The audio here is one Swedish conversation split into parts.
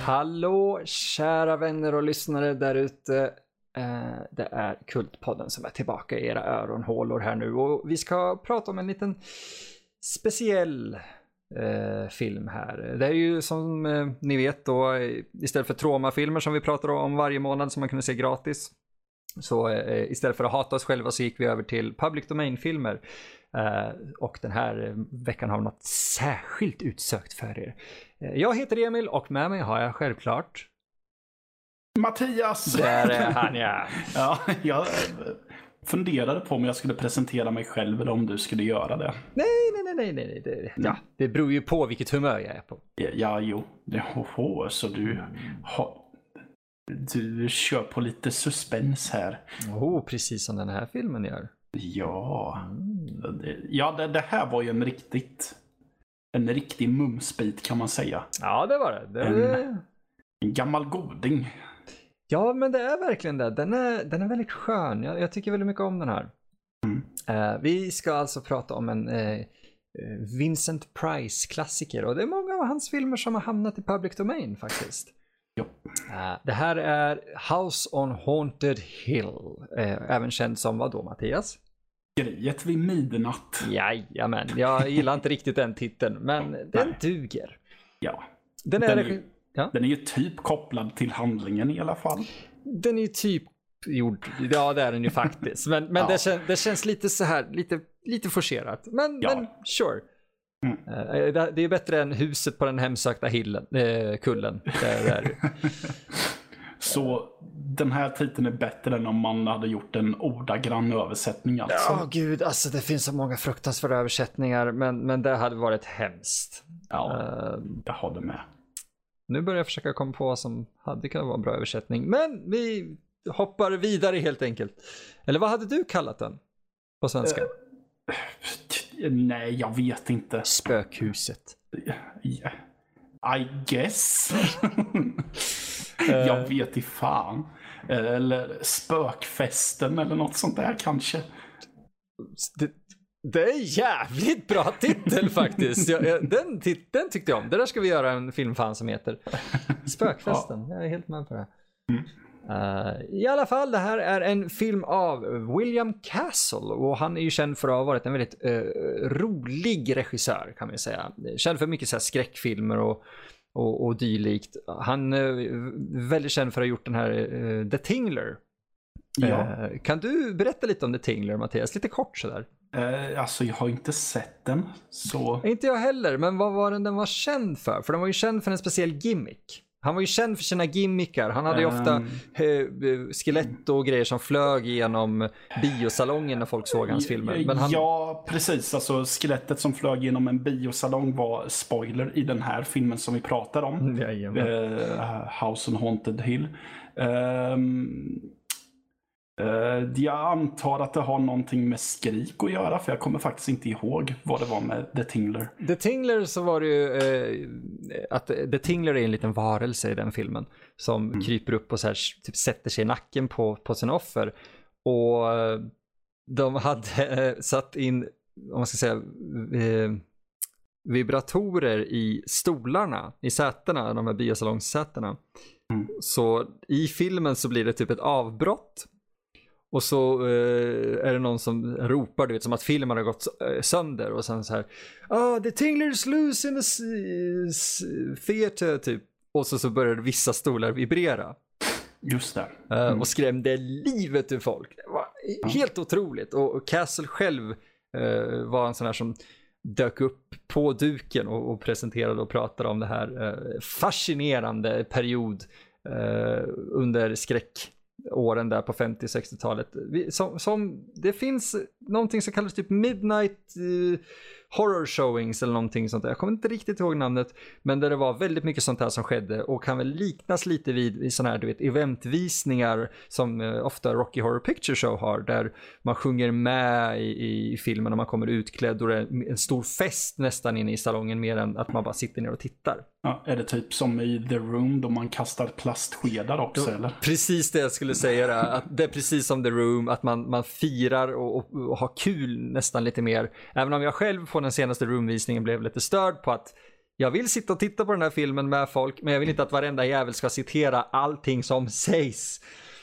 Hallå kära vänner och lyssnare där ute. Det är Kultpodden som är tillbaka i era öronhålor här nu. Och vi ska prata om en liten speciell film här. Det är ju som ni vet då, istället för Troma-filmer som vi pratar om varje månad som man kunde se gratis. Så istället för att hata oss själva så gick vi över till public domain-filmer. Och den här veckan har vi något särskilt utsökt för er. Jag heter Emil och med mig har jag självklart Mattias. Där är han, ja. Ja, jag funderade på om jag skulle presentera mig själv eller om du skulle göra det. Nej. Det beror ju på vilket humör jag är på. Ja, jo. Så du kör på lite suspens här. Precis som den här filmen gör. Ja. Det här var ju en riktig mumsbit kan man säga. Ja, det var det. En gammal goding. Ja, men det är verkligen det. Den är väldigt skön. Jag tycker väldigt mycket om den här. Vi ska alltså prata om en Vincent Price-klassiker. Och det är många av hans filmer som har hamnat i public domain faktiskt. Det här är House on Haunted Hill. Även känd som vad då, Mattias? Grejet vid midnatt. Jajamän, jag gillar inte riktigt den titeln. Men den duger. Ja. Den är ju typ kopplad till handlingen i alla fall. Den är ju typ gjord. Ja, det är den ju faktiskt. Men ja. det känns lite så här, lite forcerat. Men sure. Det är bättre än huset på den hemsökta kullen. Där. Så den här titeln är bättre än om man hade gjort en ordagrann översättning alltså. Ja, gud, alltså det finns så många fruktansvärda översättningar. Men det hade varit hemskt. Ja, jag håller med. Nu börjar jag försöka komma på vad som hade kunnat vara en bra översättning. Men vi hoppar vidare helt enkelt. Eller vad hade du kallat den på svenska? Nej, jag vet inte. Spökhuset. I guess. Jag vet i fan. Eller spökfesten eller något sånt där kanske. Det är jävligt bra titel faktiskt. Den tyckte jag om. Det där ska vi göra en filmfan som heter Spökfesten. Jag är helt med på det. I alla fall, det här är en film av William Castle. Och han är ju känd för att ha varit en väldigt rolig regissör kan man säga. Känd för mycket så här skräckfilmer och dylikt. Han är väldigt känd för att ha gjort den här The Tingler. Ja. Kan du berätta lite om The Tingler, Mattias? Lite kort sådär. Alltså jag har inte sett den. Så... Inte jag heller, men vad var den var känd för? För den var ju känd för en speciell gimmick. Han var ju känd för sina gimmickar. Han hade ju ofta skelett och grejer som flög genom biosalongen när folk såg hans filmer. Men Ja, precis. Alltså skelettet som flög genom en biosalong var spoiler i den här filmen som vi pratar om. House on Haunted Hill. Jag antar att det har någonting med skrik att göra, för jag kommer faktiskt inte ihåg vad det var med The Tingler. The Tingler, så var det ju att The Tingler är en liten varelse i den filmen som kryper upp och så här, typ sätter sig i nacken på sin offer. Och de hade satt in, om man ska säga, vibratorer i stolarna, i sätena, de här biosalongsätena. Så i filmen så blir det typ ett avbrott. Och så är det någon som ropar, du vet, som att filmen har gått sönder. Och sen så här, the Tingler's loose in the theater typ. Och så börjar vissa stolar vibrera. Just det. Och skrämde livet ur folk. Det var helt otroligt. Och Castle själv var en sån här som dök upp på duken och presenterade och pratade om det här fascinerande period under skräckåren där på 50-60-talet. Som det finns någonting som kallas typ midnight horror showings eller någonting sånt där. Jag kommer inte riktigt ihåg namnet, men där det var väldigt mycket sånt här som skedde och kan väl liknas lite vid såna här, du vet, eventvisningar som ofta Rocky Horror Picture Show har, där man sjunger med i filmen och man kommer utklädd och det är en stor fest nästan inne i salongen, mer än att man bara sitter ner och tittar. Ja, är det typ som i The Room då man kastar plastskedar också, eller? Precis det jag skulle säga, att det är precis som The Room, att man firar och har kul nästan lite mer. Även om jag själv på den senaste Room-visningen blev lite störd på att jag vill sitta och titta på den här filmen med folk, men jag vill inte att varenda jävel ska citera allting som sägs.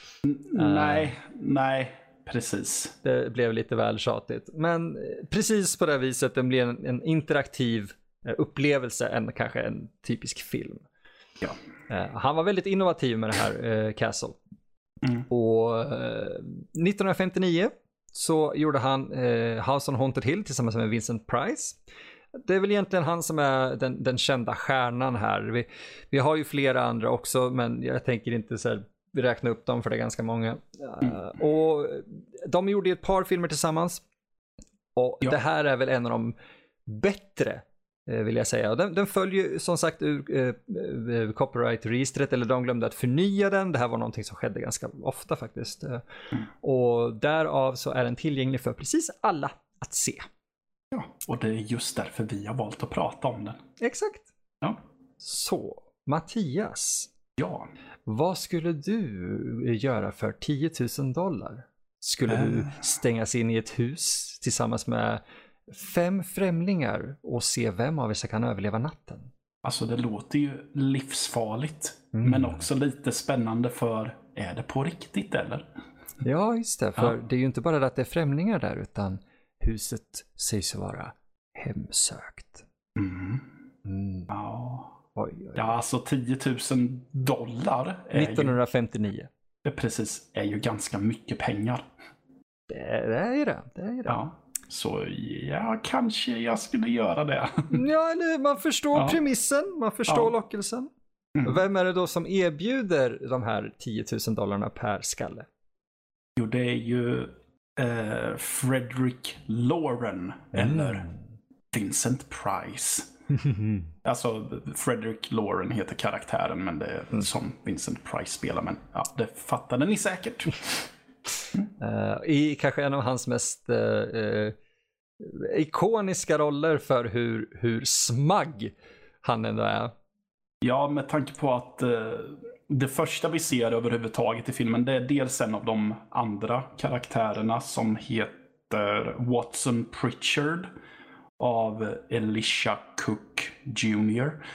Nej, precis. Det blev lite väl tjatigt. Men precis på det viset, den blir en interaktiv upplevelse än kanske en typisk film. Ja. Han var väldigt innovativ med det här, Castle. Och 1959 så gjorde han House on Haunted Hill tillsammans med Vincent Price. Det är väl egentligen han som är den kända stjärnan här. Vi har ju flera andra också, men jag tänker inte så här räkna upp dem för det är ganska många. Och de gjorde ett par filmer tillsammans. Och det här är väl en av de bättre, vill jag säga. Den följer som sagt ur copyright-registret, eller de glömde att förnya den. Det här var någonting som skedde ganska ofta faktiskt. Och därav så är den tillgänglig för precis alla att se. Ja, och det är just därför vi har valt att prata om den. Exakt. Ja. Så, Mattias. Ja. Vad skulle du göra för $10,000? Skulle du stängas in i ett hus tillsammans med 5 främlingar och se vem av er som kan överleva natten? Alltså det låter ju livsfarligt, men också lite spännande, för är det på riktigt eller? Ja, just det. För det är ju inte bara det att det är främlingar där, utan huset sägs vara hemsökt. Ja. Oj. Ja, alltså $10,000 är 1959. Precis, är ju ganska mycket pengar. Det är det. Ja, så ja, kanske jag skulle göra det. Ja, eller man förstår premissen, man förstår lockelsen. Vem är det då som erbjuder de här $10,000 per skalle? Jo, det är ju Frederick Loren eller Vincent Price. Alltså Frederick Loren heter karaktären, men det är som Vincent Price spelar, men ja, det fattade ni säkert. I kanske en av hans mest ikoniska roller för hur smagg han ändå är. Ja, med tanke på att det första vi ser överhuvudtaget i filmen, det är dels en av de andra karaktärerna som heter Watson Pritchard av Elisha Cook Jr.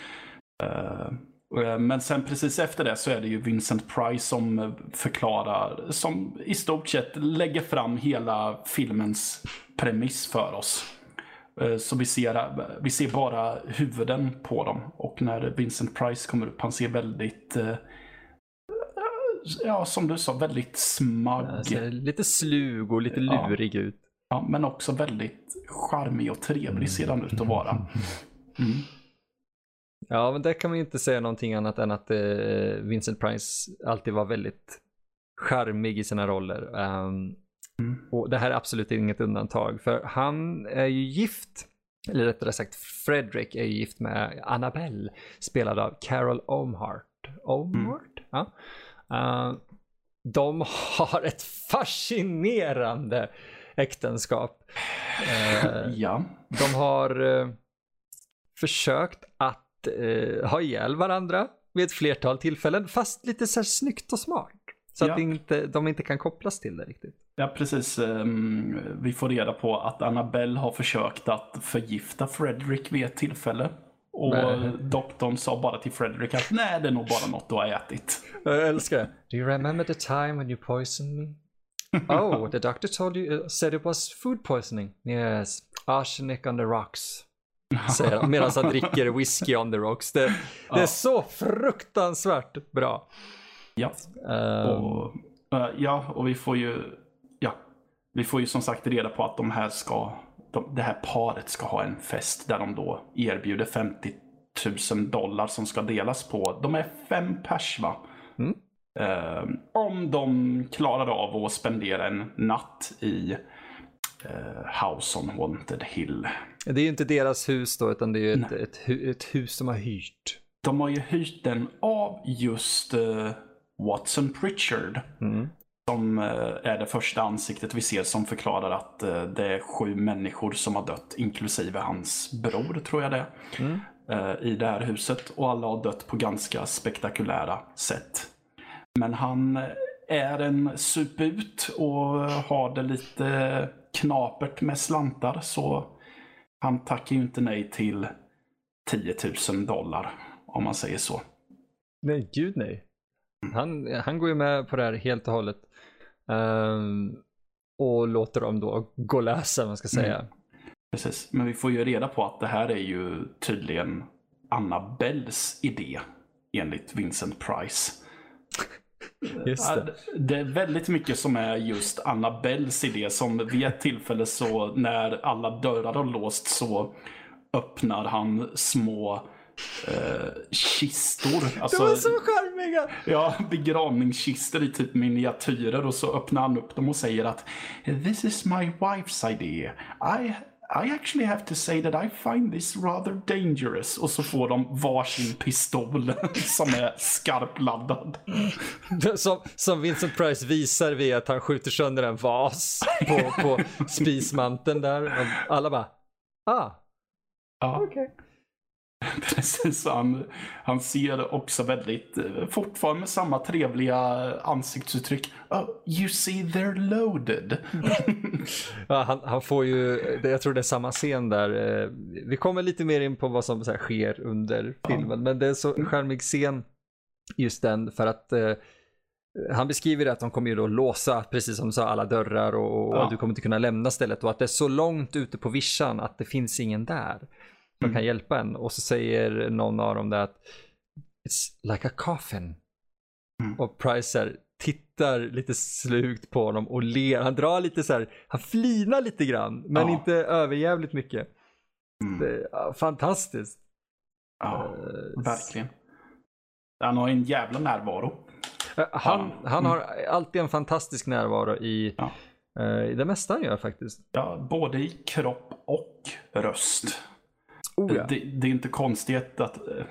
Men sen precis efter det så är det ju Vincent Price som förklarar, som i stort sett lägger fram hela filmens premiss för oss. Så vi ser bara huvuden på dem, och när Vincent Price kommer upp, han ser väldigt som du sa, väldigt smagg. Alltså, lite slug och lite lurig ut. Ja, men också väldigt charmig och trevlig ser han ut att vara. Ja, men där kan man ju inte säga någonting annat än att Vincent Price alltid var väldigt charmig i sina roller. Och det här är absolut inget undantag, för han är ju gift, eller rättare sagt Frederick är ju gift med Annabelle, spelad av Carol Omhart. Ja. De har ett fascinerande äktenskap. Ja. De har försökt att ha ihjäl varandra vid ett flertal tillfällen, fast lite så här snyggt och smart. Så att de inte kan kopplas till det riktigt. Ja, precis. Vi får reda på att Annabelle har försökt att förgifta Frederick vid ett tillfälle. Och doktorn sa bara till Frederick att nej, det är nog bara något du har ätit. Jag älskar det. Do you remember the time when you poisoned me? Oh, the doctor said it was food poisoning. Yes, arsenic on the rocks. Säger han medan han dricker whisky on the rocks. Det är så fruktansvärt bra. Ja. Och vi får ju som sagt reda på att det här paret ska ha en fest där de då erbjuder $50,000 som ska delas på. De är 5 pers, va? Om de klarar av att spendera en natt i House on Haunted Hill. Det är ju inte deras hus då, utan det är ju ett hus de har hyrt. De har ju hyrt den av just Watson Pritchard. Som är det första ansiktet vi ser, som förklarar att det är 7 människor som har dött, inklusive hans bror, tror jag det i det här huset. Och alla har dött på ganska spektakulära sätt. Men han är en suput och har det lite knapert med slantar, så han tackar ju inte nej till $10,000 om man säger så. Nej, gud nej. Han går ju med på det här helt och hållet. Och låter dem då gå läsa, man ska säga. Precis, men vi får ju reda på att det här är ju tydligen Annabelles idé enligt Vincent Price. Just det. Det är väldigt mycket som är just Annabelles idé, som vid ett tillfälle så när alla dörrar har låst så öppnar han små kistor. Alltså, de är så charmiga! Ja, begravningskistor i typ miniatyrer, och så öppnar han upp dem och säger att "This is my wife's idea. I actually have to say that I find this rather dangerous." Och så får de varsin pistol som är skarpladdad. Som Vincent Price visar vid att han skjuter sönder en vas på spismanteln där. Och alla bara, Ja. okej. Precis, han ser också väldigt, fortfarande med samma trevliga ansiktsuttryck. "Oh, you see they're loaded." Ja, han får ju, jag tror det är samma scen där. Vi kommer lite mer in på vad som så här sker under filmen, men det är så charmig scen just den, för att han beskriver att de kommer ju då låsa, precis som sa, alla dörrar och du kommer inte kunna lämna stället, och att det är så långt ute på vischan att det finns ingen där som kan hjälpa en. Och så säger någon av dem där att "It's like a coffin." Och Price tittar lite slugt på honom och ler. Han drar lite så här, han flinar lite grann, men inte överjävligt mycket. Det är fantastiskt. Ja, verkligen. Han har en jävla närvaro. Han har alltid en fantastisk närvaro i det mesta han gör faktiskt. Ja, både i kropp och röst. Ja. Det är inte konstigt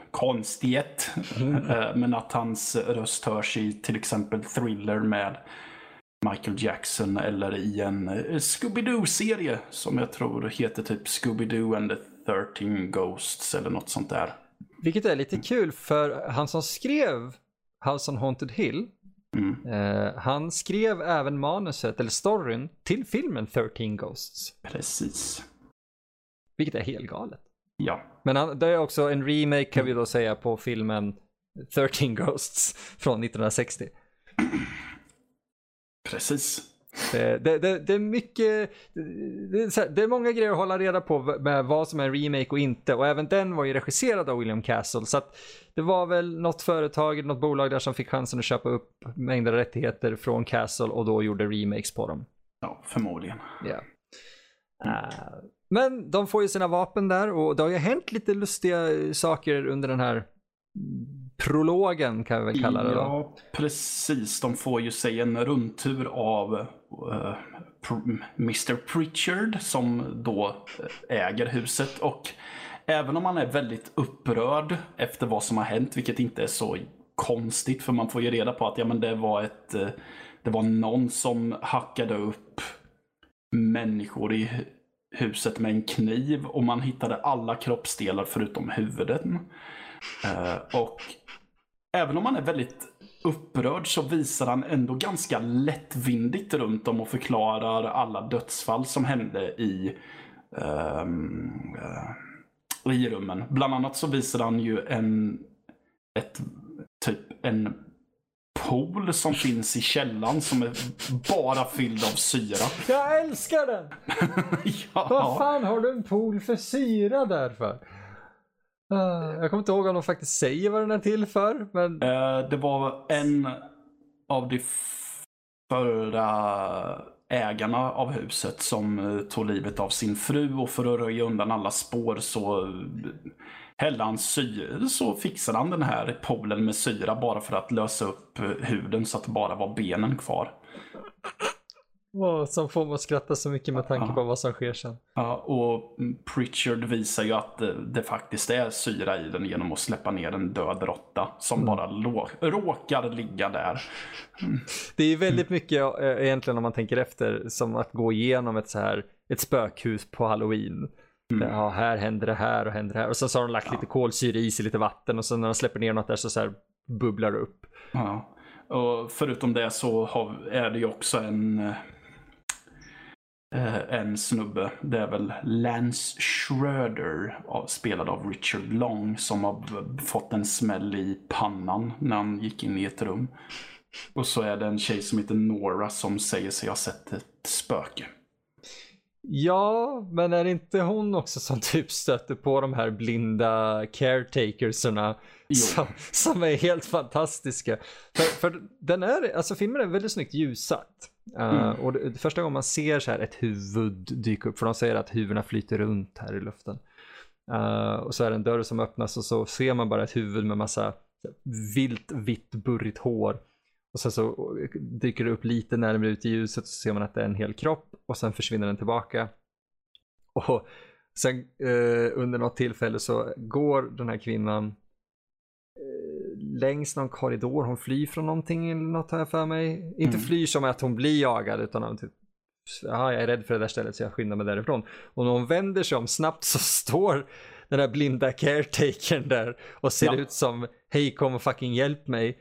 men att hans röst hörs i till exempel Thriller med Michael Jackson, eller i en Scooby-Doo-serie som jag tror heter typ Scooby-Doo and the 13 Ghosts eller något sånt där. Vilket är lite kul, för han som skrev House on Haunted Hill, han skrev även manuset eller storyn till filmen 13 Ghosts. Precis. Vilket är helt galet. Ja. Men det är också en remake, kan vi då säga, på filmen 13 Ghosts från 1960. Precis. Det är mycket, det är många grejer att hålla reda på med vad som är en remake och inte. Och även den var ju regisserad av William Castle, så att det var väl något företag, något bolag där som fick chansen att köpa upp mängder av rättigheter från Castle och då gjorde remakes på dem. Ja, förmodligen. Ja. Men de får ju sina vapen där, och det har ju hänt lite lustiga saker under den här prologen, kan vi väl kalla det då. Ja, precis. De får ju sig en rundtur av Mr. Pritchard som då äger huset, och även om man är väldigt upprörd efter vad som har hänt, vilket inte är så konstigt, för man får ju reda på att det var någon som hackade upp människor i huset med en kniv, och man hittade alla kroppsdelar förutom huvuden. Och även om man är väldigt upprörd så visar han ändå ganska lättvindigt runt om och förklarar alla dödsfall som hände i rummen. Bland annat så visar han ju en pool som finns i källan som är bara fylld av syra. Jag älskar den! Ja. Vad fan har du en pool för syra där för? Jag kommer inte ihåg om de faktiskt säger vad den är till för. Men... det var en av de förra ägarna av huset som tog livet av sin fru, och för att röja undan alla spår så hällde han syra, så fixade han den här poolen med syra bara för att lösa upp huden så att det bara var benen kvar. Som får man att skratta så mycket med tanke på vad som sker sen. Ja, och Pritchard visar ju att det faktiskt är syra i den genom att släppa ner en död råtta som bara råkar ligga där. Det är väldigt mycket egentligen, om man tänker efter, som att gå igenom ett spökhus på Halloween. Ja, här händer det här och händer det här. Och sen så har de lagt lite kolsyra i sig, lite vatten, och sen när de släpper ner något där så här bubblar det upp. Ja, och förutom det så är det ju också en snubbe. Det är väl Lance Schroeder, spelad av Richard Long, som har fått en smäll i pannan när han gick in i ett rum. Och så är det en tjej som heter Nora som säger sig ha sett ett spöke. Ja, men är inte hon också som typ stöter på de här blinda caretakersarna som är helt fantastiska? För den är, alltså filmen är väldigt snyggt ljussatt. Och det första gången man ser så här ett huvud dyka upp, för de säger att huvudena flyter runt här i luften. Och så är det en dörr som öppnas och så ser man bara ett huvud med massa vitt burrigt hår. Och sen så dyker det upp lite närmare ut i ljuset, så ser man att det är en hel kropp och sen försvinner den tillbaka. Och sen under något tillfälle så går den här kvinnan längs någon korridor. Hon flyr från någonting eller något, har jag för mig. Inte flyr som att hon blir jagad, utan hon typ, jag är rädd för det där stället så jag skyndar mig därifrån. Och när hon vänder sig om snabbt så står den där blinda caretakern där och ser ut som, hej, kom och fucking hjälp mig.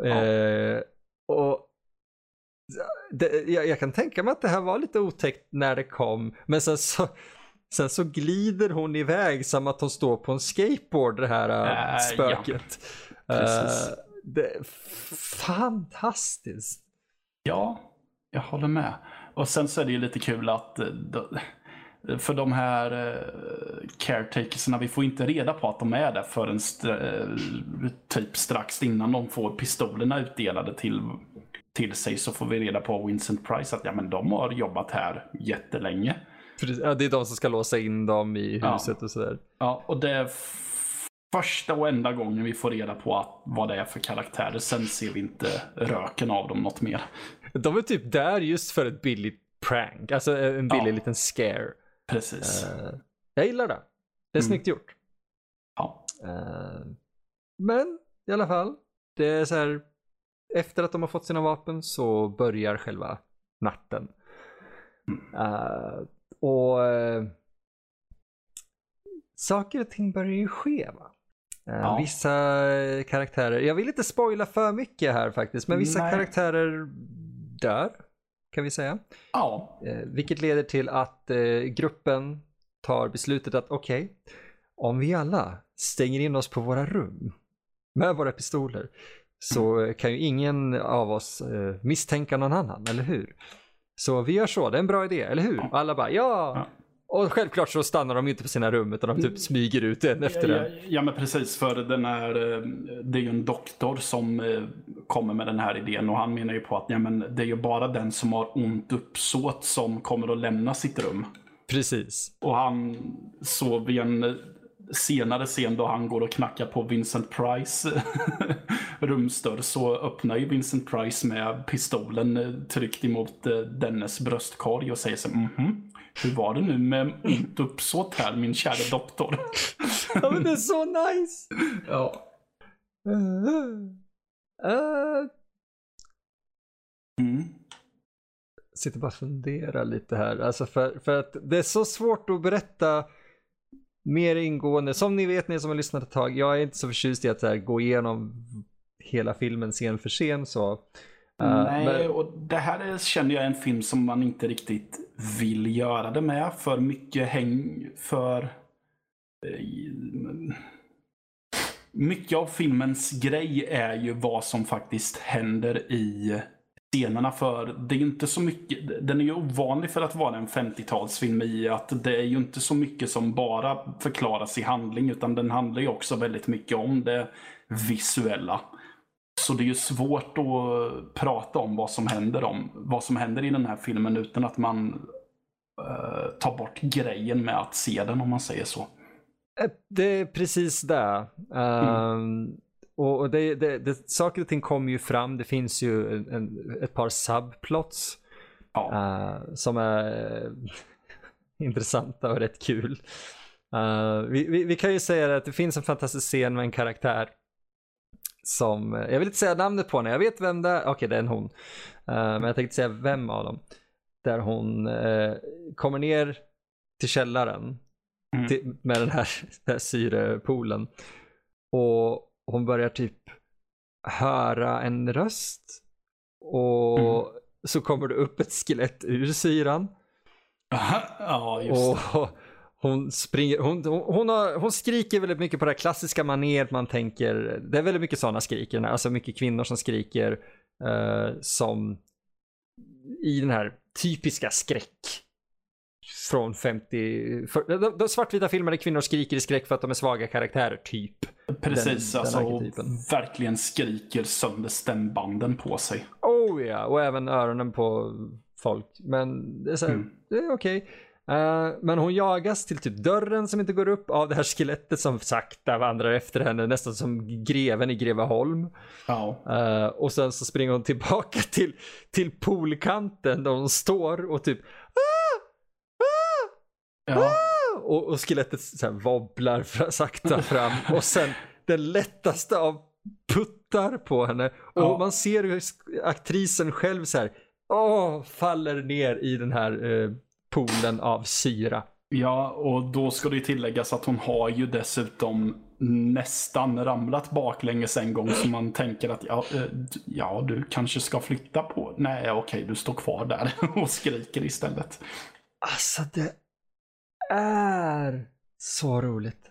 Och jag kan tänka mig att det här var lite otäckt när det kom, men sen så glider hon iväg som att hon står på en skateboard, det här spöket. Det är fantastiskt. Ja, jag håller med. Och sen så är det ju lite kul att för de här caretakersna, vi får inte reda på att de är där förrän typ strax innan de får pistolerna utdelade till sig, så får vi reda på Vincent Price att men de har jobbat här jättelänge. Ja, det är de som ska låsa in dem i huset och sådär. Ja, och det är första och enda gången vi får reda på vad det är för karaktärer. Sen ser vi inte röken av dem något mer. De är typ där just för ett billigt prank, alltså en billig liten scare. Precis. Jag gillar det. Det är snyggt gjort. Ja. Men i alla fall, det är så här, efter att de har fått sina vapen så börjar själva natten. Och saker och ting börjar ju ske, va? Vissa karaktärer, jag vill inte spoila för mycket här faktiskt, men vissa karaktärer dör, kan vi säga. Ja. Vilket leder till att gruppen tar beslutet att okej, om vi alla stänger in oss på våra rum med våra pistoler, så kan ju ingen av oss misstänka någon annan, eller hur? Så vi gör så, det är en bra idé, eller hur? Och alla bara, ja. Och självklart så stannar de inte på sina rum, utan de typ smyger ut en efter den. Ja, men precis, för det är ju en doktor som kommer med den här idén, och han menar ju på att det är ju bara den som har ont uppsåt som kommer att lämna sitt rum. Precis. Och han såg vid en senare scen då han går och knackar på Vincent Price rumsdörr, så öppnar ju Vincent Price med pistolen tryckt emot dennes bröstkorg och säger så hur var det nu med ont uppsåt här, min kära doktor? Ja, men det är så nice. Ja. Sitter bara och funderar lite här. Alltså för att det är så svårt att berätta mer ingående. Som ni vet, ni som har lyssnat ett tag, jag är inte så förtjust i att så här, gå igenom hela filmen scen för scen. Så. Nej, och det här känner jag är en film som man inte riktigt vill göra det med. För mycket mycket av filmens grej är ju vad som faktiskt händer i scenerna, för det är ju inte så mycket, den är ju ovanlig för att vara en 50-talsfilm i att det är ju inte så mycket som bara förklaras i handling, utan den handlar ju också väldigt mycket om det visuella. Så det är ju svårt att prata om vad som händer i den här filmen utan att man tar bort grejen med att se den, om man säger så. Det är precis det. Och det saker och ting kommer ju fram. Det finns ju ett par subplots som är intressanta och rätt kul. Vi kan ju säga att det finns en fantastisk scen med en karaktär som, jag vill inte säga namnet på henne, jag vet vem det är. Okej, det är en hon. Men jag tänkte säga vem av dem. Där hon kommer ner till källaren med den här syrepoolen. Och hon börjar typ höra en röst. Och så kommer det upp ett skelett ur syran. Ja, just det. Och hon springer, hon skriker väldigt mycket på det klassiska maneret man tänker. Det är väldigt mycket sådana skriker, alltså mycket kvinnor som skriker som i den här typiska skräck från 50 de svartvita filmer där kvinnor skriker i skräck för att de är svaga karaktärer typ. Precis, verkligen skriker sönder stämbanden på sig. Oh ja, och även öronen på folk. Men det är så här, det är okej. Men hon jagas till typ dörren som inte går upp av det här skelettet som sakta vandrar efter henne, nästan som greven i Greveholm. Och sen så springer hon tillbaka till poolkanten där hon står och typ och skelettet så här wobblar sakta fram och sen den lättaste av puttar på henne och man ser hur aktrisen själv så här faller ner i den här poolen av syra. Ja, och då ska det ju tilläggas att hon har ju dessutom nästan ramlat baklänges en gång, så man tänker att du kanske ska flytta på. Nej, okej, du står kvar där och skriker istället. Alltså det är så roligt.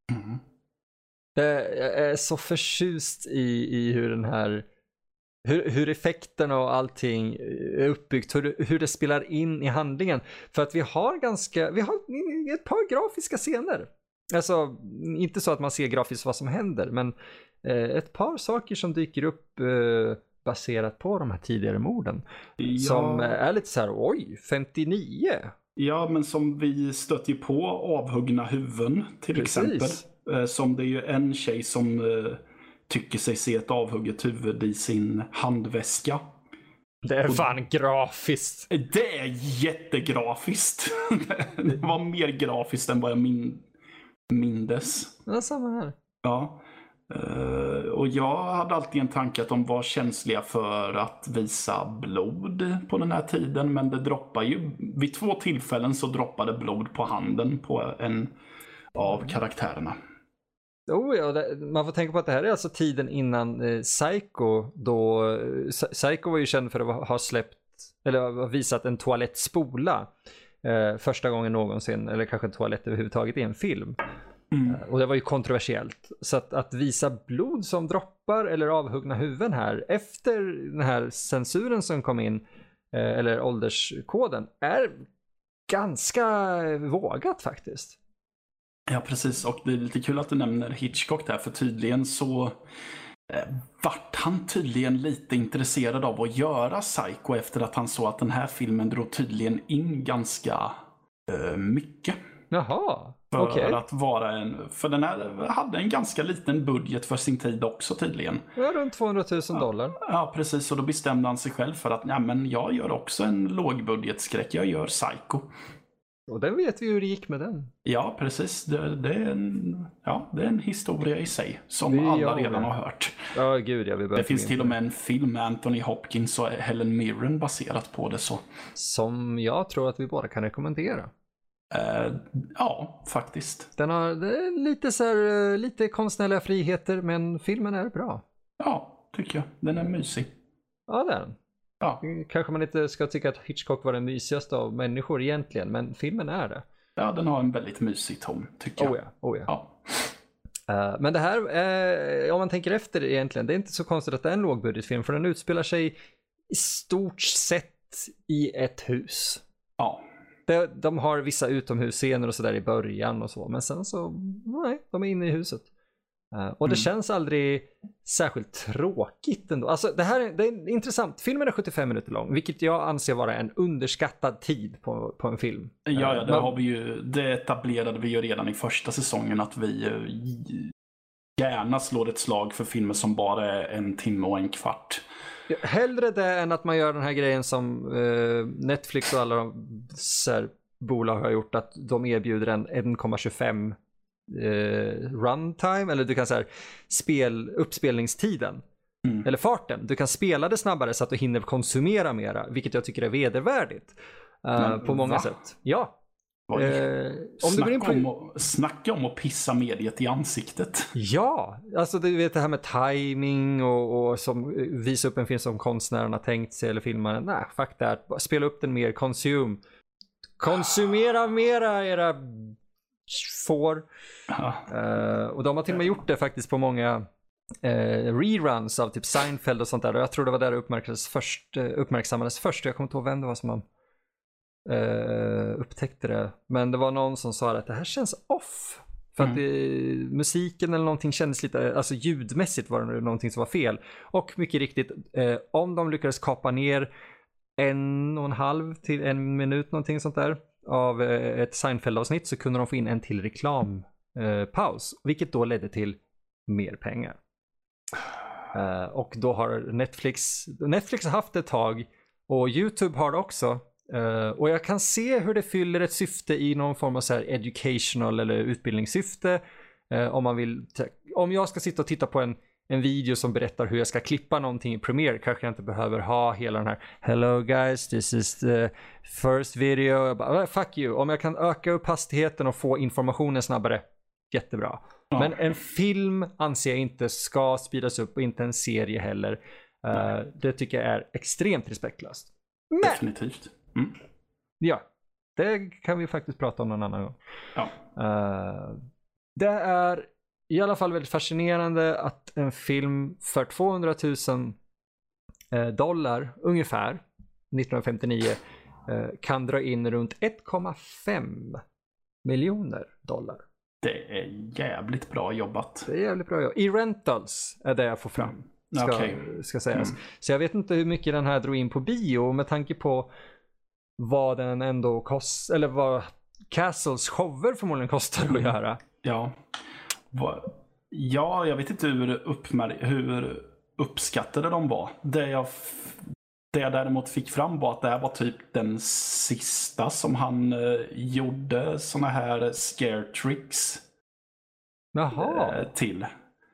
Jag är så förtjust i hur den här hur effekterna och allting är uppbyggt, hur det spelar in i handlingen. För att vi har ett par grafiska scener. Alltså, inte så att man ser grafiskt vad som händer, men ett par saker som dyker upp baserat på de här tidigare morden. Som är lite så här, 59. Ja, men som vi stöter ju på avhuggna huvuden till exempel. Som det är ju en tjej som tycker sig se ett avhugget huvud i sin handväska. Det är fan grafiskt. Det är jättegrafiskt. Det var mer grafiskt än vad jag mindes. Det är samma här. Ja. Och jag hade alltid en tanke att de var känsliga för att visa blod på den här tiden, men det droppar ju vid 2 tillfällen så droppade blod på handen på en av karaktärerna. Man får tänka på att det här är alltså tiden innan Psycho, då Psycho var ju känd för att ha släppt eller ha visat en toalettspola första gången någonsin, eller kanske en toalett överhuvudtaget i en film. Och det var ju kontroversiellt. Så att visa blod som droppar eller avhuggna huvuden här efter den här censuren som kom in, eller ålderskoden, är ganska vågat faktiskt. Ja, precis. Och det är lite kul att du nämner Hitchcock där, för tydligen så vart han tydligen lite intresserad av att göra Psycho efter att han såg att den här filmen drog tydligen in ganska mycket. Jaha, för att vara för den här hade en ganska liten budget för sin tid också tydligen. Ja, runt $200,000. Ja, precis. Och då bestämde han sig själv för att men jag gör också en lågbudgetskräck. Jag gör Psycho. Och den vet vi hur det gick med den. Ja, precis. Det är en historia i sig som alla redan har hört. Ja, gud, det finns till och med en film med Anthony Hopkins och Helen Mirren baserat på det. Som jag tror att vi bara kan rekommendera. Ja, faktiskt. Den har lite konstnärliga friheter, men filmen är bra. Ja, tycker jag. Den är mysig. Ja, det är den. Ja. Kanske man inte ska tycka att Hitchcock var den mysigaste av människor egentligen, men filmen är det. Ja, den har en väldigt mysig ton, tycker jag. Oh ja. Men det här, om man tänker efter egentligen, det är inte så konstigt att det är en lågbudgetfilm, för den utspelar sig i stort sett i ett hus. Ja. De har vissa utomhusscener och sådär i början och så, men sen så, nej, de är inne i huset. Och det känns aldrig särskilt tråkigt ändå. Alltså det är intressant. Filmen är 75 minuter lång, vilket jag anser vara en underskattad tid på en film. Ja, det etablerade vi ju redan i första säsongen, att vi gärna slår ett slag för filmer som bara är 1 timme och 1 kvart. Hellre det än att man gör den här grejen som Netflix och alla de bolag har gjort, att de erbjuder en 1,25 runtime, eller du kan säga uppspelningstiden eller farten. Du kan spela det snabbare så att du hinner konsumera mera, vilket jag tycker är vedervärdigt på många sätt. Ja. Snacka om att pissa mediet i ansiktet. Ja, alltså du vet det här med timing och som visa upp en film som konstnären har tänkt sig eller filmaren. Nej, fuck that. Spela upp den mer, Konsumera mera era får. Och de har till och med gjort det faktiskt på många reruns av typ Seinfeld och sånt där. Och jag tror det var där det uppmärksammades först. Jag kommer inte ihåg vem det var som upptäckte det. Men det var någon som sa att det här känns off. För att musiken eller någonting kändes lite, alltså ljudmässigt var det någonting som var fel. Och mycket riktigt, om de lyckades kapa ner 1,5 till 1 minut någonting sånt där av ett Seinfeld-avsnitt, så kunde de få in en till reklampaus, vilket då ledde till mer pengar. Och då har Netflix har haft det ett tag, och YouTube har det också. Och jag kan se hur det fyller ett syfte i någon form av så här educational eller utbildningssyfte. Om jag ska sitta och titta på en video som berättar hur jag ska klippa någonting i Premiere, kanske jag inte behöver ha hela den här "Hello guys, this is the first video". Jag bara, fuck you. Om jag kan öka upp hastigheten och få informationen snabbare, jättebra. Men en film anser jag inte ska speedas upp, och inte en serie heller. Det tycker jag är extremt respektlöst. Men definitivt. Ja, det kan vi faktiskt prata om någon annan gång. Ja. Det är i alla fall väldigt fascinerande att en film för $200,000 ungefär 1959 kan dra in runt 1,5 miljoner dollar. Det är jävligt bra jobbat. Det är jävligt bra jobbat. I rentals är det jag får fram, ska sägas. Så jag vet inte hur mycket den här drog in på bio, med tanke på vad den ändå kostar, eller vad Castles shower förmodligen kostar att göra. Ja, jag vet inte hur uppskattade de var. Det jag däremot fick fram var att det här var typ den sista som han gjorde såna här scare tricks till.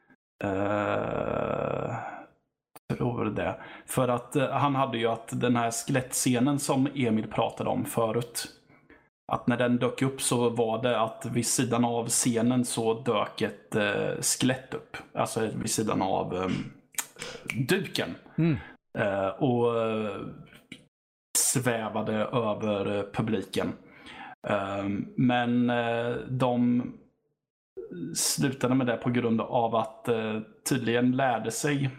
Tror det. För att han hade ju att den här skelettscenen som Emil pratade om förut, att när den dök upp så var det att vid sidan av scenen så dök ett skelett upp. Alltså vid sidan av duken. Och svävade över publiken. Men de slutade med det på grund av att tydligen lärde sig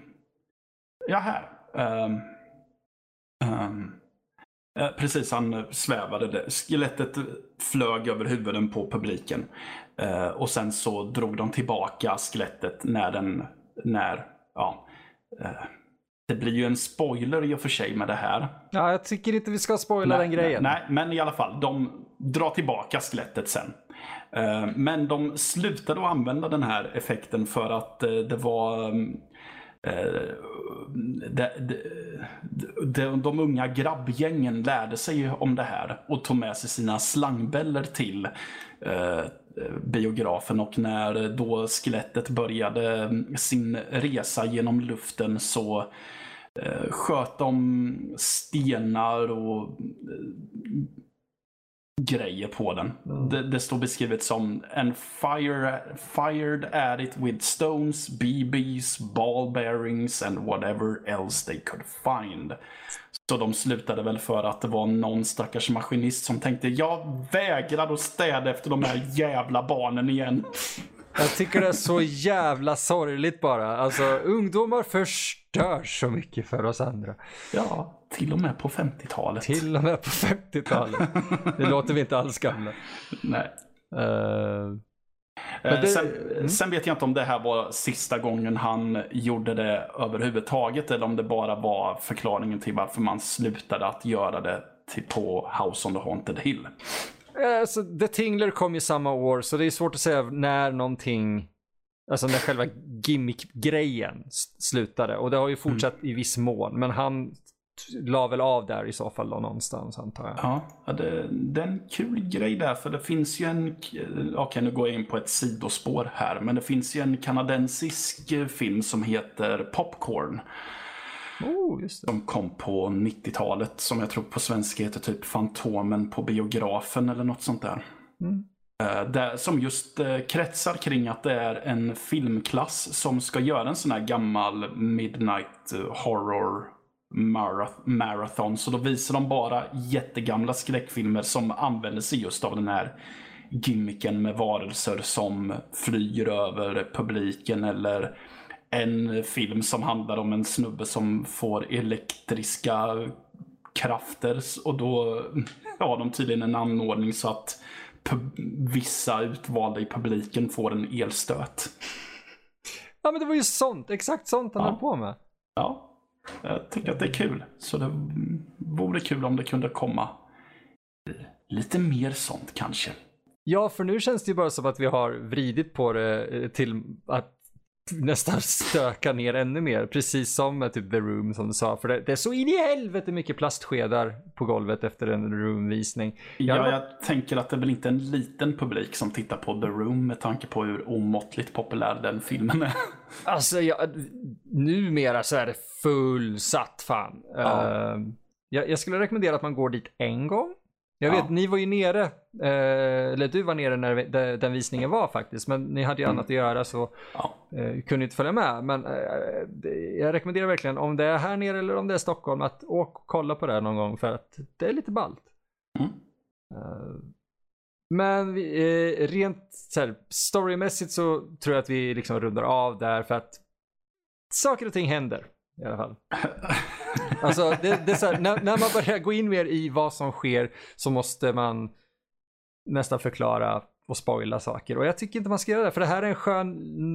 precis, han svävade det. Skelettet flög över huvuden på publiken. Och sen så drog de tillbaka skelettet det blir ju en spoiler i och för sig med det här. Ja, jag tycker inte vi ska spoila den grejen. Nej, men i alla fall, de drar tillbaka skelettet sen. Men de slutade att använda den här effekten för att det var... de unga grabbgängen lärde sig om det här och tog med sig sina slangbäller till biografen, och när då skelettet började sin resa genom luften så sköt de stenar och grejer på den. Det står beskrivet som "and fired at it with stones, BBs, ball bearings and whatever else they could find". Så de slutade väl för att det var någon stackars maskinist som tänkte, jag vägrar att städa efter de här jävla barnen igen. Jag tycker det är så jävla sorgligt bara. Alltså, ungdomar förstör så mycket för oss andra. Ja, till och med på 50-talet. Till och med på 50-talet. Det låter vi inte alls gamla. Nej. Sen vet jag inte om det här var sista gången han gjorde det överhuvudtaget, eller om det bara var förklaringen till varför man slutade att göra det på House on the Haunted Hill. Alltså, The Tingler kom ju samma år, så det är svårt att säga när någonting, alltså när själva gimmick-grejen slutade. Och det har ju fortsatt i viss mån, men han la väl av där i så fall då någonstans, antar jag. Ja, det är en kul grej där, för det finns ju nu går jag in på ett sidospår här, men det finns ju en kanadensisk film som heter Popcorn. Just det. Som kom på 90-talet, som jag tror på svenska heter typ Fantomen på biografen eller något sånt där. Som just kretsar kring att det är en filmklass som ska göra en sån här gammal midnight horror Marathon. Så då visar de bara jättegamla skräckfilmer som använder sig just av den här gimmicken med varelser som flyger över publiken, eller en film som handlar om en snubbe som får elektriska krafter, och då har de tydligen en anordning så att vissa utvalda i publiken får en elstöt. Ja, men det var ju exakt sånt han höll på med. Ja, jag tycker att det är kul. Så det vore kul om det kunde komma lite mer sånt kanske. Ja, för nu känns det ju bara som att vi har vridit på det till att nästan stöka ner ännu mer. Precis som med typ The Room som du sa. För det är så in i helvete mycket plastskedar på golvet efter en Room-visning. Jag tänker att det är väl inte en liten publik som tittar på The Room med tanke på hur omåttligt populär den filmen är. Alltså, numera så är det fullsatt fan. Ja. Jag skulle rekommendera att man går dit en gång. Jag vet, ni var ju nere, eller du var nere när den visningen var faktiskt, men ni hade ju annat att göra så kunde inte följa med. Men jag rekommenderar verkligen, om det är här nere eller om det är Stockholm, att åka och kolla på det någon gång, för att det är lite ballt. Men rent så här, storymässigt så tror jag att vi liksom rundar av där, för att saker och ting händer i alla fall. Alltså det är så här, när man börjar gå in mer i vad som sker så måste man nästan förklara och spoila saker, och jag tycker inte man ska göra det, för det här är en skön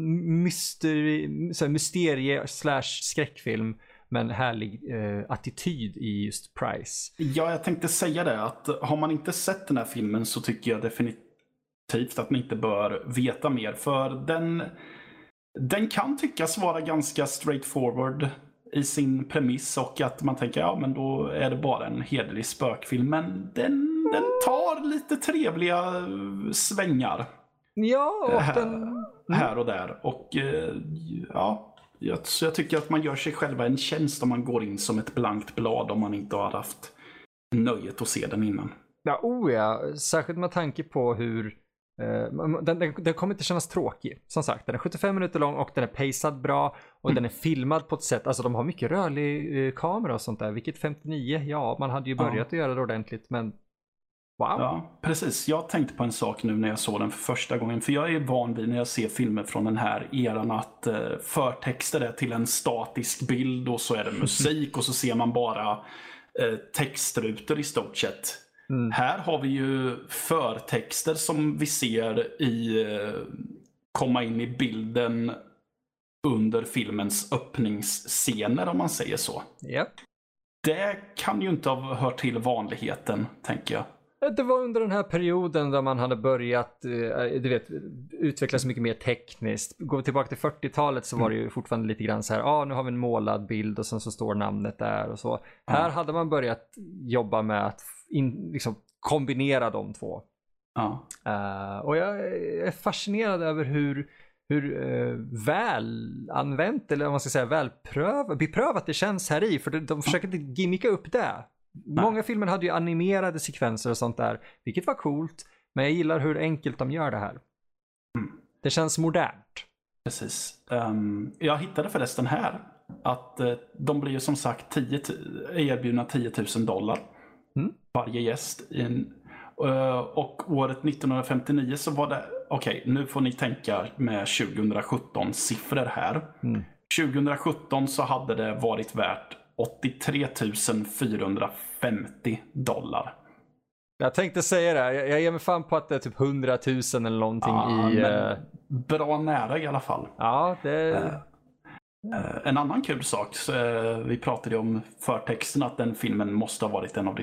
mysterie/skräckfilm med en härlig attityd i just Price. Ja, jag tänkte säga det, att har man inte sett den här filmen så tycker jag definitivt att ni inte bör veta mer, för den kan tyckas vara ganska straightforward i sin premiss, och att man tänker, ja men då är det bara en hederlig spökfilm, men den tar lite trevliga svängar. Ja, och här och där, och ja, jag tycker att man gör sig själva en tjänst om man går in som ett blankt blad, om man inte har haft nöjet att se den innan. Ja, särskilt med tanke på hur den kommer inte kännas tråkig. Som sagt, den är 75 minuter lång och den är pacad bra, och den är filmad på ett sätt, alltså de har mycket rörlig kamera och sånt där, vilket 59, ja man hade ju börjat att göra det ordentligt, men wow. Ja, precis. Jag tänkte på en sak nu när jag såg den för första gången, för jag är van vid när jag ser filmer från den här eran att förtexter är till en statisk bild, och så är det musik och så ser man bara textrutor i stort sett. Här har vi ju förtexter som vi ser komma in i bilden under filmens öppningsscener, om man säger så. Yep. Det kan ju inte ha hört till vanligheten, tänker jag. Det var under den här perioden där man hade börjat utvecklas mycket mer tekniskt. Går vi tillbaka till 40-talet så var det ju fortfarande lite grann så här, nu har vi en målad bild och sen så står namnet där och så. Här hade man börjat jobba med att liksom kombinera de två. Och jag är fascinerad över hur väl använt, eller om man ska säga beprövat det känns här i, för de försöker inte gimmicka upp det. Många filmer hade ju animerade sekvenser och sånt där, vilket var coolt, men jag gillar hur enkelt de gör det här. Det känns modernt. Precis. Jag hittade förresten här att de blir ju som sagt erbjudna $10,000 varje gäst. Och året 1959 så var det, okej, nu får ni tänka med 2017 siffror här. 2017 så hade det varit värt $83,450. Jag tänkte säga det, jag ger mig fan på att det är typ 100,000 eller någonting bra nära i alla fall. Ja, det... En annan kul sak, vi pratade om förtexten, att den här filmen måste ha varit en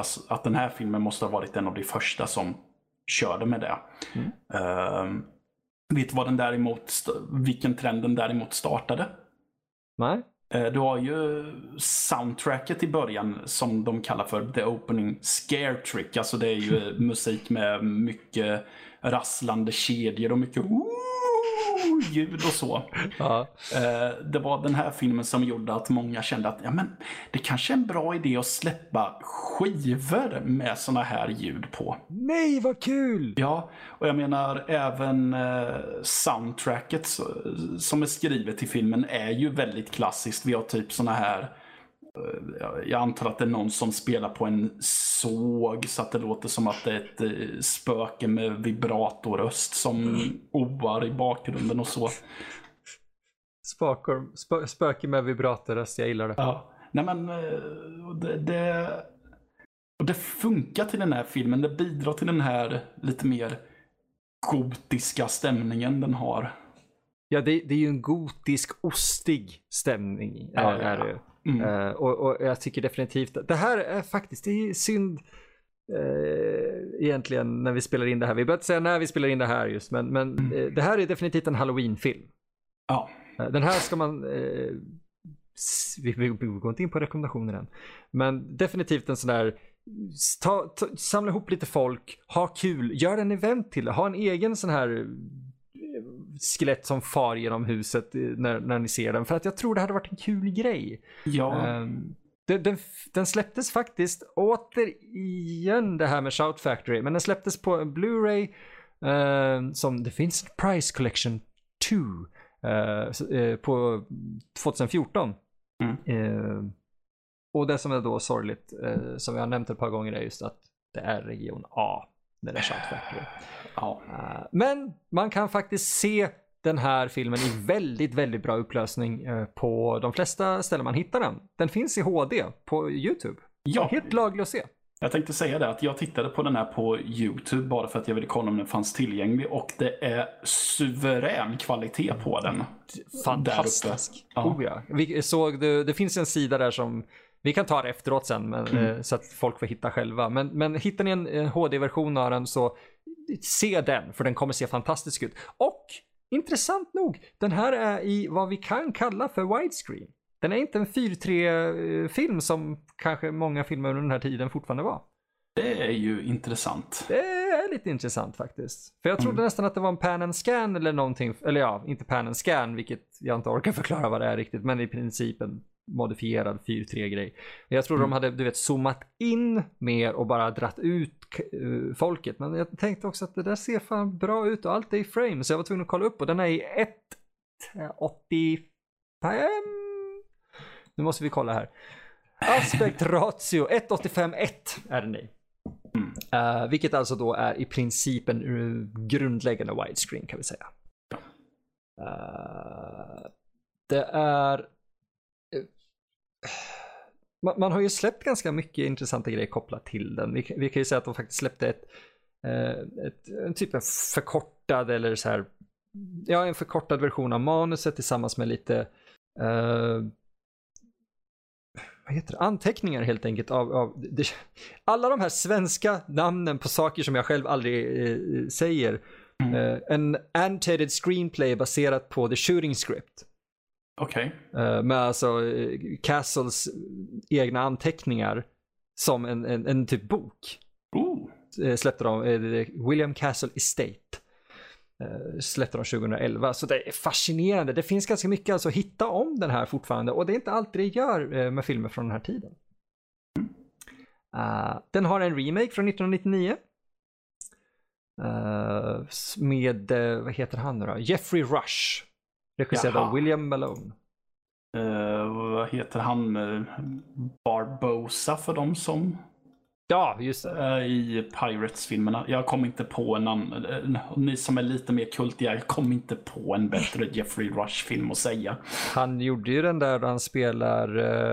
av de första som körde med det. Vet du vad vilken trend den däremot startade? Nej. Du har ju soundtracket i början som de kallar för The Opening Scare Trick. Alltså det är ju musik med mycket rasslande kedjor och mycket ljud och så. Det var den här filmen som gjorde att många kände att det kanske är en bra idé att släppa skivor med såna här ljud på. Nej, vad kul! Ja, och jag menar även soundtracket som är skrivet till filmen är ju väldigt klassiskt. Vi har typ såna här Jag antar att det är någon som spelar på en såg så att det låter som att det är ett spöke med vibratorröst som oar i bakgrunden och så. Spöke med vibratorröst, jag gillar det. Ja. Nej, men det funkar till den här filmen. Det bidrar till den här lite mer gotiska stämningen den har. Ja, det är ju en gotisk, ostig stämning. Är det. Och jag tycker definitivt att det här är faktiskt, det är synd egentligen när vi spelar in det här. Vi behöver inte säga när vi spelar in det här just, men det här är definitivt en Halloween-film. Ja. Den här ska man vi går inte in på rekommendationer än, men definitivt en sån där samla ihop lite folk, ha kul, gör en event till det, ha en egen sån här skelett som far genom huset när ni ser den, för att jag tror det hade varit en kul grej. Ja. Den släpptes faktiskt återigen det här med Shout Factory, men den släpptes på en Blu-ray som det finns Price Collection 2 på 2014. Och det som är då sorgligt, som jag har nämnt ett par gånger, är just att det är region A när det är Shout Factory. Ja. Men man kan faktiskt se den här filmen i väldigt, väldigt bra upplösning på de flesta ställen man hittar den. Den finns i HD på YouTube. Ja. Helt laglig att se. Jag tänkte säga det, att jag tittade på den här på YouTube bara för att jag ville kolla om den fanns tillgänglig, och det är suverän kvalitet på den. Fantastisk. Ja. Oh ja. Vi såg det finns en sida där som vi kan ta det efteråt sen, men, så att folk får hitta själva. Men hittar ni en HD-version av den, så se den, för den kommer se fantastisk ut. Och intressant nog, den här är i vad vi kan kalla för widescreen. Den är inte en 4:3-film som kanske många filmer under den här tiden fortfarande var. Det är ju intressant. Det är lite intressant faktiskt. För jag trodde nästan att det var en pan and scan eller någonting. Eller ja, inte pan and scan, vilket jag inte orkar förklara vad det är riktigt. Men i princip en modifierad 4:3-grej. Jag trodde de hade, zoomat in mer och bara dratt ut folket. Men jag tänkte också att det där ser fan bra ut och allt är i frame. Så jag var tvungen att kolla upp, och den är i 1:85. Nu måste vi kolla här. Aspect ratio 1:85:1 är den i. Vilket alltså då är i princip en grundläggande widescreen, kan vi säga. Det är... Man har ju släppt ganska mycket intressanta grejer kopplat till den. Vi kan ju säga att de faktiskt släppte en typ av förkortad, eller så här, ja, en förkortad version av manuset tillsammans med lite vad heter det? Anteckningar helt enkelt av alla de här svenska namnen på saker som jag själv aldrig säger. En annotated screenplay baserat på The Shooting Script. Okej. Med alltså Castles egna anteckningar som en typ bok. Släppte de William Castle Estate. Släppte de 2011. Så det är fascinerande. Det finns ganska mycket alltså att hitta om den här fortfarande, och det är inte alltid det gör med filmer från den här tiden. Den har en remake från 1999 med vad heter han nu då? Jeffrey Rush, regisserad av William Malone. Vad heter han? Barbosa för dem som... Ja, just det. I Pirates-filmerna. Jag kom inte på en annan. Ni som är lite mer kultiga, jag kom inte på en bättre Jeffrey Rush-film att säga. Han gjorde ju den där han spelar...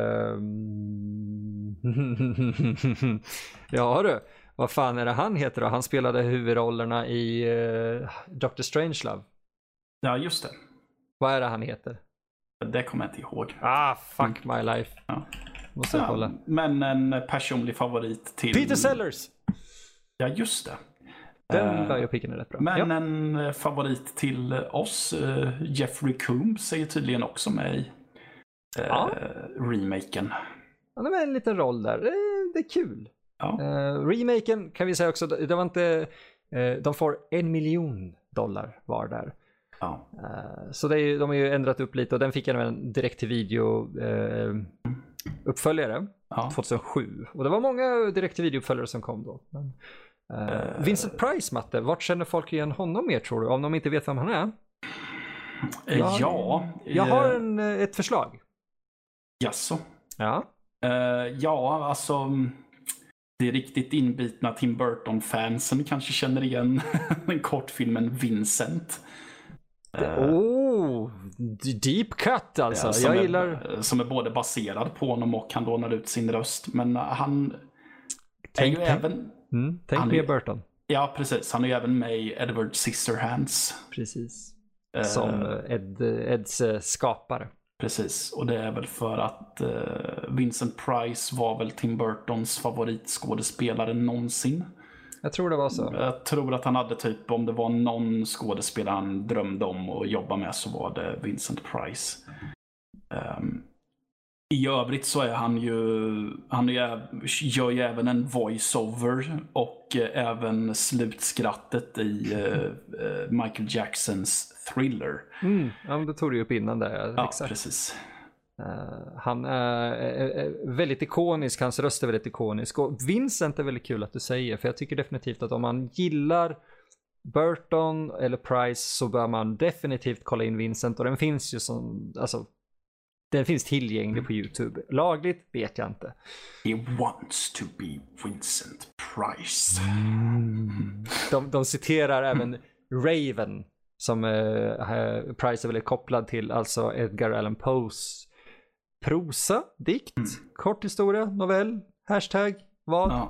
Ja du, vad fan är det han heter då? Han spelade huvudrollerna i Dr. Strangelove. Ja, just det. Vad är det han heter? Det kommer jag inte ihåg. Fuck my life. Ja. Måste jag kolla. Men en personlig favorit till... Peter Sellers! Ja, just det. Den biopicken är rätt bra. Men en favorit till oss, Jeffrey Combs, är ju tydligen också med i remaken. Han är med en liten roll där. Det är kul. Ja. Remaken kan vi säga också, det var inte... de får $1 million var där. Ja. Så de har ju ändrat upp lite, och den fick en direkt till video uppföljare 2007. Och det var många direkt till video uppföljare som kom då. Men, Vincent Price, Matte, vart känner folk igen honom mer, tror du? Om de inte vet vem han är? Jag har ett förslag. Jaså? Ja. Ja, alltså det är riktigt inbitna Tim Burton-fansen kanske känner igen den kortfilmen Vincent. Deep cut alltså. Som Jag gillar... Som är både baserad på honom och han lånar ut sin röst. Men han är ju även... Tänk på Burton. Ja, precis. Han är ju även med i Edward Scissorhands. Precis. Som Eds skapare. Precis, och det är väl för att Vincent Price var väl Tim Burtons favoritskådespelare någonsin. Jag tror det var så. Jag tror att han hade typ, om det var någon skådespelare han drömde om att jobba med, så var det Vincent Price. I övrigt så är gör ju även en voiceover och även slutskrattet i Michael Jacksons Thriller. Ja, men det tog du upp innan där. Ja, exakt. Precis. Han är väldigt ikonisk, hans röst är väldigt ikonisk. Och Vincent är väldigt kul att du säger, för jag tycker definitivt att om man gillar Burton eller Price så bör man definitivt kolla in Vincent. Och den finns ju som, alltså, den finns tillgänglig på YouTube. Lagligt vet jag inte. He wants to be Vincent Price. De citerar även Raven, som Price är väldigt kopplad till, alltså Edgar Allan Poes prosa, dikt, kort historia, novell, hashtag, vad? Ja.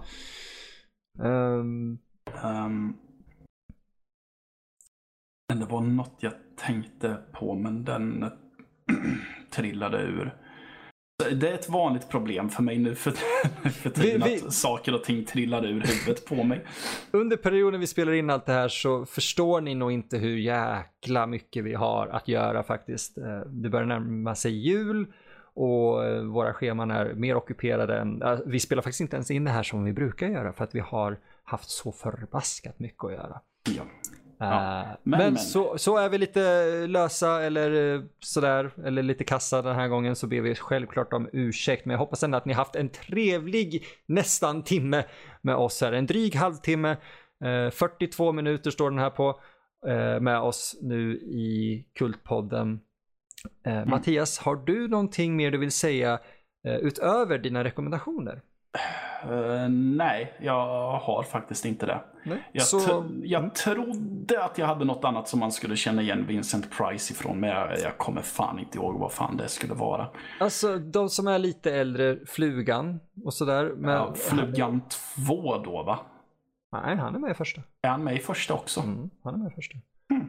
Men det var något jag tänkte på, men den trillade ur. Det är ett vanligt problem för mig nu för tiden att saker och ting trillar ur huvudet på mig. Under perioden vi spelar in allt det här så förstår ni nog inte hur jäkla mycket vi har att göra faktiskt. Det börjar närma sig jul och våra scheman är mer ockuperade än... Vi spelar faktiskt inte ens in det här som vi brukar göra för att vi har haft så förbaskat mycket att göra. Ja. Men. Så är vi lite lösa eller sådär, eller lite kassa den här gången, så ber vi självklart om ursäkt, men jag hoppas ändå att ni haft en trevlig nästan timme med oss här, en dryg halvtimme, 42 minuter står den här på, med oss nu i Kultpodden. Mattias, har du någonting mer du vill säga utöver dina rekommendationer? Nej, jag har faktiskt inte det. Jag trodde att jag hade något annat som man skulle känna igen Vincent Price ifrån, men jag kommer fan inte ihåg vad fan det skulle vara. Alltså, de som är lite äldre, Flugan och sådär. Men... Ja, Flugan 2 då, va? Nej, han är med i första. Är han med i första också? Han är med i första.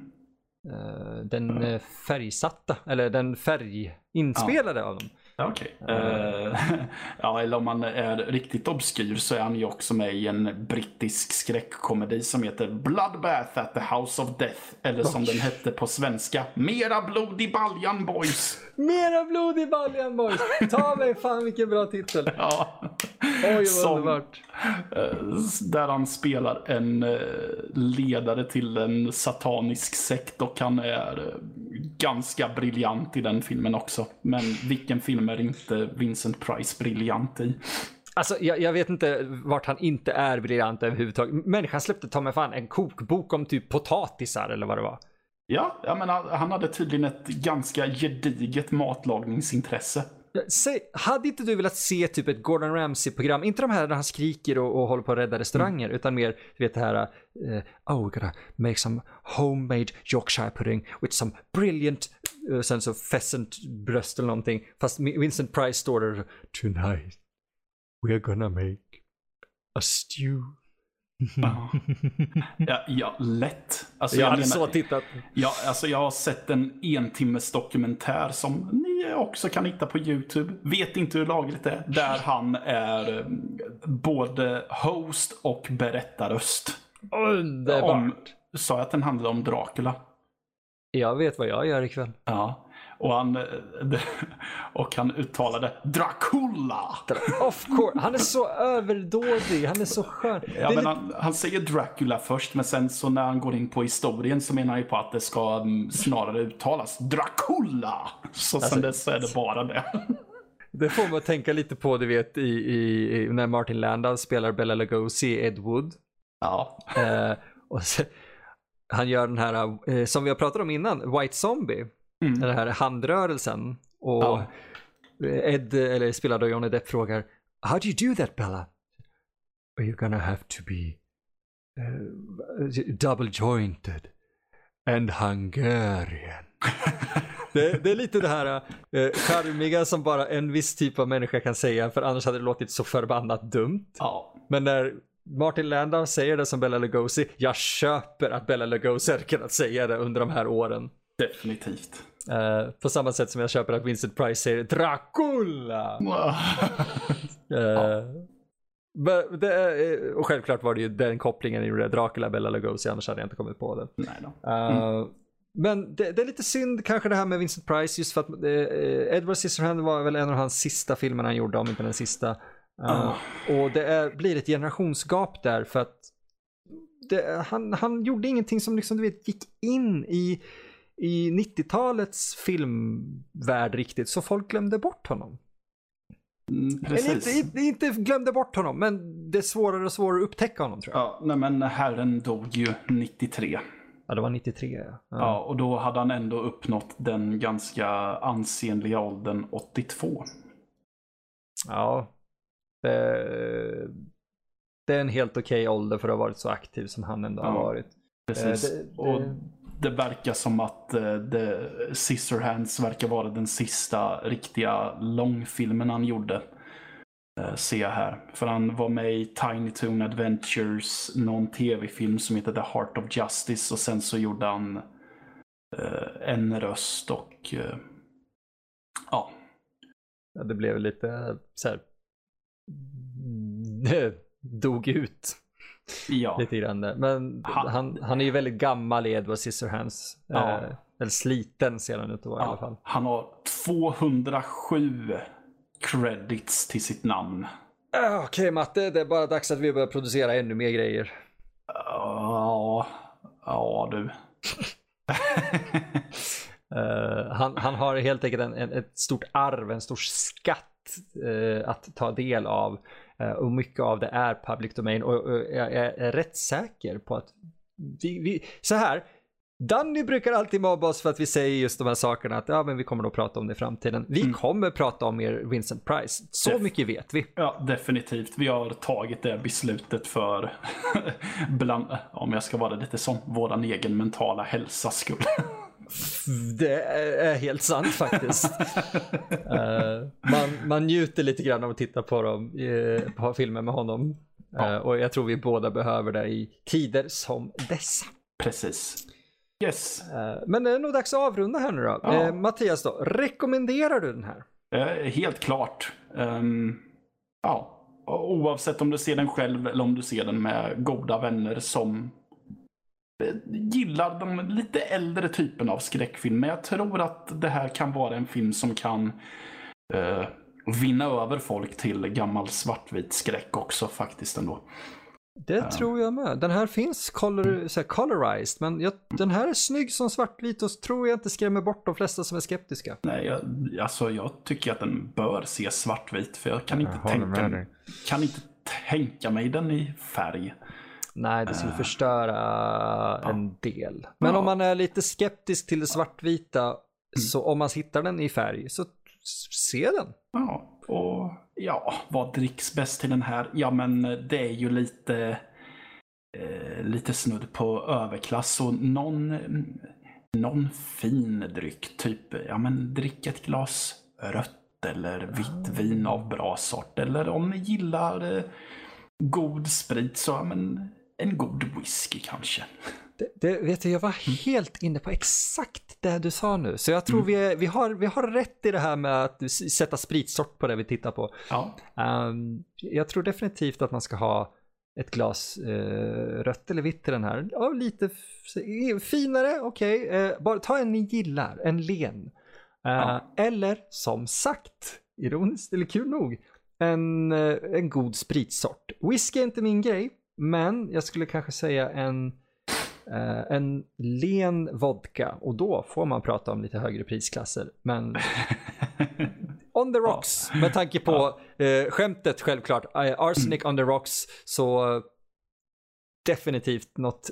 Den färgsatta, eller den färginspelade av dem. Okej. Ja, eller om man är riktigt obskyr så är han ju också med i en brittisk skräckkomedi som heter Bloodbath at the House of Death. Eller som den hette på svenska, Mera blod i baljan, boys. Mera blod i baljan, boys. Ta mig, fan vilken bra titel. Ja. Oj, vad underbart. Där han spelar en ledare till en satanisk sekt, och han är ganska briljant i den filmen också. Men vilken film är inte Vincent Price briljant i? Alltså, jag vet inte vart han inte är briljant överhuvudtaget. Människan släppte ta mig fan en kokbok om typ potatisar eller vad det var. Ja, men han hade tydligen ett ganska gediget matlagningsintresse. Hade inte du velat se typ ett Gordon Ramsay-program? Inte de här där han skriker och håller på att rädda restauranger, utan mer, du vet det här we gotta make some homemade Yorkshire pudding with some brilliant sen så pheasant bröst eller någonting. Fast Vincent Price står där, tonight we're gonna make a stew. Ja, lätt. Alltså, jag hade så tittat. Ja, alltså jag har sett en 1 timmes dokumentär som ni också kan hitta på YouTube. Vet inte hur lagligt det är. Där han är både host och berättarröst. Underbart. Sa jag att den handlar om Dracula? Jag vet vad jag gör ikväll. Ja. Och han uttalade Dracula. Of course. Han är så överdådig. Han är så skön. Ja, men han säger Dracula först, men sen så när han går in på historien så menar han ju på att det ska snarare uttalas Dracula. Så alltså, sen dess är det bara det. Det får man tänka lite på, du vet, när Martin Landau spelar Bela Lugosi i Ed Wood. Ja. Och så, han gör den här, som vi har pratat om innan, White Zombie. Den här handrörelsen. Och Ed, eller spelad av Johnny Depp, frågar How do you do that, Bella? You're gonna have to be double jointed and Hungarian. Det är lite det här charmiga som bara en viss typ av människa kan säga, för annars hade det låtit så förbannat dumt. Ja. Men när Martin Landau säger det som Bela Lugosi, jag köper att Bela Lugosi har kunnat säga det under de här åren. Definitivt. På samma sätt som jag köper att Vincent Price säger Dracula. Och självklart var det ju den kopplingen i Dracula, Bela Lugosi, annars hade jag inte kommit på det. Nej då. Men det är lite synd kanske det här med Vincent Price, just för att Edward Scissorhands var väl en av hans sista filmer han gjorde, om inte den sista. Och det blir ett generationsgap där, för att han gjorde ingenting som liksom, du vet, gick in i 90-talets filmvärld riktigt, så folk glömde bort honom. Eller inte glömde bort honom, men det är svårare och svårare att upptäcka honom, tror jag. Ja, nej, men herren dog ju 93. Ja, det var 93. Ja, och då hade han ändå uppnått den ganska ansenliga åldern 82. Ja, det är en helt okej ålder för att ha varit så aktiv som han ändå har varit. Precis. Och det verkar som att Scissorhands verkar vara den sista riktiga långfilmen han gjorde. Ser jag här. För han var med i Tiny Toon Adventures, någon tv-film som heter The Heart of Justice, och sen så gjorde han en röst och ja. Det blev lite så här dog ut. Ja. Lite grann där. Men han är ju väldigt gammal i Edward Scissorhands. Eller sliten ser han ut att vara i alla fall. Han har 207 credits till sitt namn. Okej, Matte, det är bara dags att vi börjar producera ännu mer grejer. Ja du. Han har helt enkelt ett stort arv, en stor skatt att ta del av. Och mycket av det är public domain. Och jag är rätt säker på att vi så här, Danny brukar alltid mobba oss för att vi säger just de här sakerna, att men vi kommer att prata om det i framtiden. Vi kommer prata om mer Vincent Price. Så mycket vet vi. Ja, definitivt. Vi har tagit det beslutet för om jag ska vara lite som våran egen mentala hälsa skull. Det är helt sant faktiskt. Man njuter lite grann av att titta på dem, på filmer med honom. Och jag tror vi båda behöver det i tider som dessa. Precis. Yes. Men det är nog dags att avrunda här nu då. Mattias då, rekommenderar du den här? Helt klart. Oavsett om du ser den själv eller om du ser den med goda vänner som gillar de lite äldre typen av skräckfilm. Men jag tror att det här kan vara en film som kan vinna över folk till gammal svartvit skräck också faktiskt ändå. Det tror jag med. Den här finns colorized, men den här är snygg som svartvit och tror jag inte skrämmer bort de flesta som är skeptiska. Nej, jag tycker att den bör se svartvit, för jag kan inte tänka mig den i färg. Nej, det skulle förstöra en del. Men om man är lite skeptisk till det svartvita, så om man hittar den i färg, så se den. Ja, och vad dricks bäst till den här? Ja, men det är ju lite snudd på överklass, och någon fin dryck, typ, drick ett glas rött eller vitt vin av bra sort, eller om ni gillar god sprit, så en god whisky kanske. Det vet du, jag var helt inne på exakt det du sa nu. Så jag tror vi har rätt i det här med att sätta spritsort på det vi tittar på. Ja. Jag tror definitivt att man ska ha ett glas rött eller vitt i den här. Ja, lite finare, okej. Bara ta en ni gillar, en len. Eller som sagt, ironiskt eller kul nog, en god spritsort. Whisky är inte min grej, men jag skulle kanske säga en len vodka, och då får man prata om lite högre prisklasser, men on the rocks, med tanke på skämtet självklart, arsenic on the rocks, så definitivt något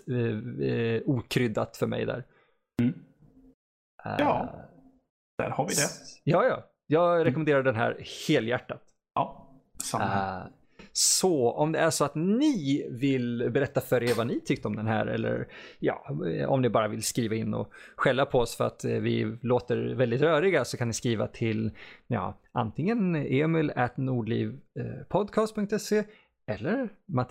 okryddat för mig där. Där har vi det. Ja. Jag rekommenderar den här helhjärtat. Ja, samma. Så om det är så att ni vill berätta för er vad ni tyckte om den här, eller om ni bara vill skriva in och skälla på oss för att vi låter väldigt röriga, så kan ni skriva till antingen emil@nordlivpodcast.se eller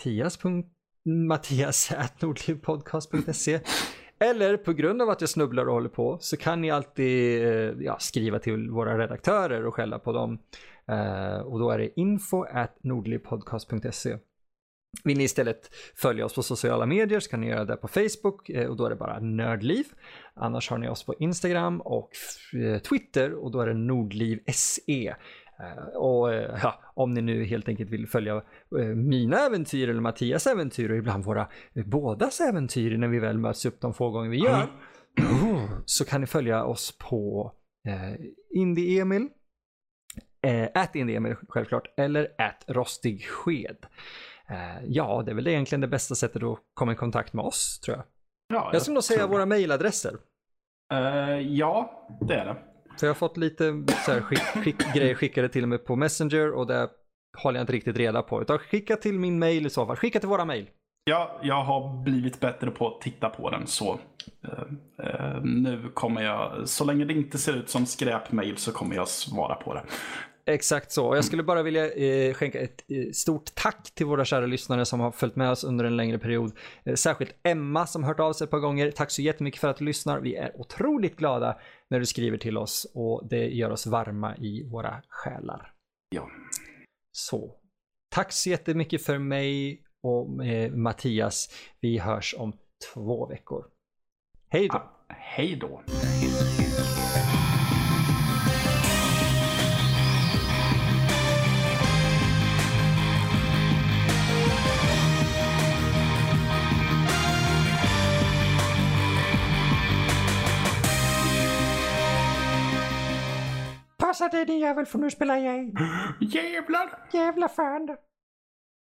mattias@nordlivpodcast.se. Eller på grund av att jag snubblar och håller på, så kan ni alltid skriva till våra redaktörer och skälla på dem. Och då är det info@nordlivpodcast.se. Vill ni istället följa oss på sociala medier, så kan ni göra det på Facebook, och då är det bara Nördliv. Annars har ni oss på Instagram och Twitter, och då är det nordliv.se. Och om ni nu helt enkelt vill följa mina äventyr eller Mattias äventyr, och ibland våra bådas äventyr när vi väl möts upp de få gånger vi gör, så kan ni följa oss på IndieEmil, @IndieEmil självklart, eller @rostigsked. Det är väl egentligen det bästa sättet att komma i kontakt med oss, tror jag. Jag skulle nog säga våra mejladresser. Ja, det är det. För jag har fått lite så här grejer skickade till mig på Messenger, och det håller jag inte riktigt reda på. Utan skicka till min mail i så fall. Skicka till våra mail. Ja, jag har blivit bättre på att titta på den, så nu kommer jag, så länge det inte ser ut som skräpmail, så kommer jag svara på det. Exakt så. Och jag skulle bara vilja skänka ett stort tack till våra kära lyssnare som har följt med oss under en längre period. Särskilt Emma som har hört av sig ett par gånger. Tack så jättemycket för att du lyssnar. Vi är otroligt glada när du skriver till oss, och det gör oss varma i våra själar. Ja. Så, tack så jättemycket för mig och Mattias. Vi hörs om 2 veckor. Hej då. Hej då. Passa dig din jävel, för nu spelar jag in. Jävlar! Jävla fan.